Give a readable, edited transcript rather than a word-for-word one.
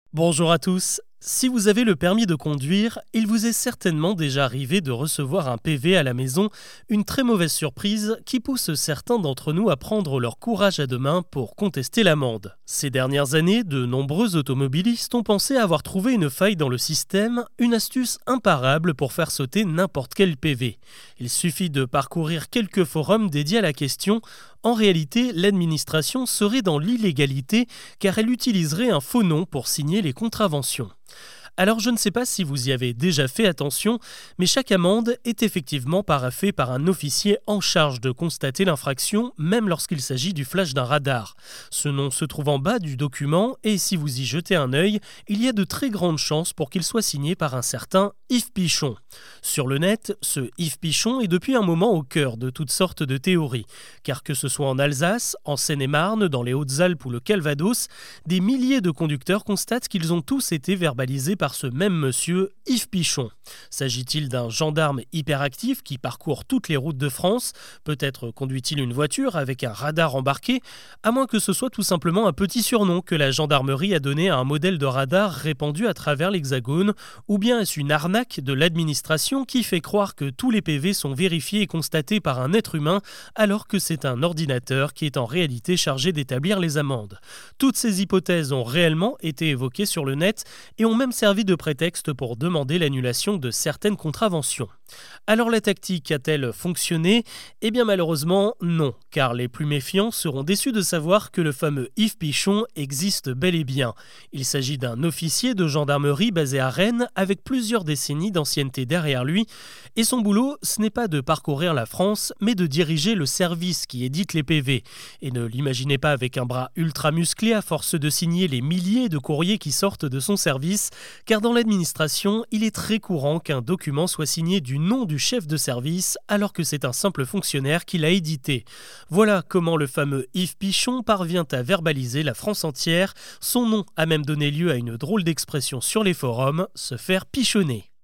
Bonjour à tous. Si vous avez le permis de conduire, il vous est certainement déjà arrivé de recevoir un PV à la maison, une très mauvaise surprise qui pousse certains d'entre nous à prendre leur courage à deux mains pour contester l'amende. Ces dernières années, de nombreux automobilistes ont pensé avoir trouvé une faille dans le système, une astuce imparable pour faire sauter n'importe quel PV. Il suffit de parcourir quelques forums dédiés à la question. En réalité, l'administration serait dans l'illégalité car elle utiliserait un faux nom pour signer les contraventions. Alors je ne sais pas si vous y avez déjà fait attention, mais chaque amende est effectivement paraphée par un officier en charge de constater l'infraction, même lorsqu'il s'agit du flash d'un radar. Ce nom se trouve en bas du document et si vous y jetez un œil, il y a de très grandes chances pour qu'il soit signé par un certain Yves Pichon. Sur le net, ce Yves Pichon est depuis un moment au cœur de toutes sortes de théories, car que ce soit en Alsace, en Seine-et-Marne, dans les Hautes-Alpes ou le Calvados, des milliers de conducteurs constatent qu'ils ont tous été verbalisés par ce même monsieur, Yves Pichon. S'agit-il d'un gendarme hyperactif qui parcourt toutes les routes de France? Peut-être conduit-il une voiture avec un radar embarqué? À moins que ce soit tout simplement un petit surnom que la gendarmerie a donné à un modèle de radar répandu à travers l'Hexagone, ou bien est-ce une arnaque de l'administration qui fait croire que tous les PV sont vérifiés et constatés par un être humain alors que c'est un ordinateur qui est en réalité chargé d'établir les amendes. Toutes ces hypothèses ont réellement été évoquées sur le net et ont même servi de prétexte pour demander l'annulation de certaines contraventions. Alors la tactique a-t-elle fonctionné? Eh bien malheureusement non, car les plus méfiants seront déçus de savoir que le fameux Yves Pichon existe bel et bien. Il s'agit d'un officier de gendarmerie basé à Rennes avec plusieurs décennies d'ancienneté derrière lui, et son boulot, ce n'est pas de parcourir la France, mais de diriger le service qui édite les PV. Et ne l'imaginez pas avec un bras ultra musclé à force de signer les milliers de courriers qui sortent de son service, car dans l'administration, il est très courant qu'un document soit signé du nom du chef de service alors que c'est un simple fonctionnaire qui l'a édité. Voilà comment le fameux Yves Pichon parvient à verbaliser la France entière. Son nom a même donné lieu à une drôle d'expression sur les forums, se faire pichonner.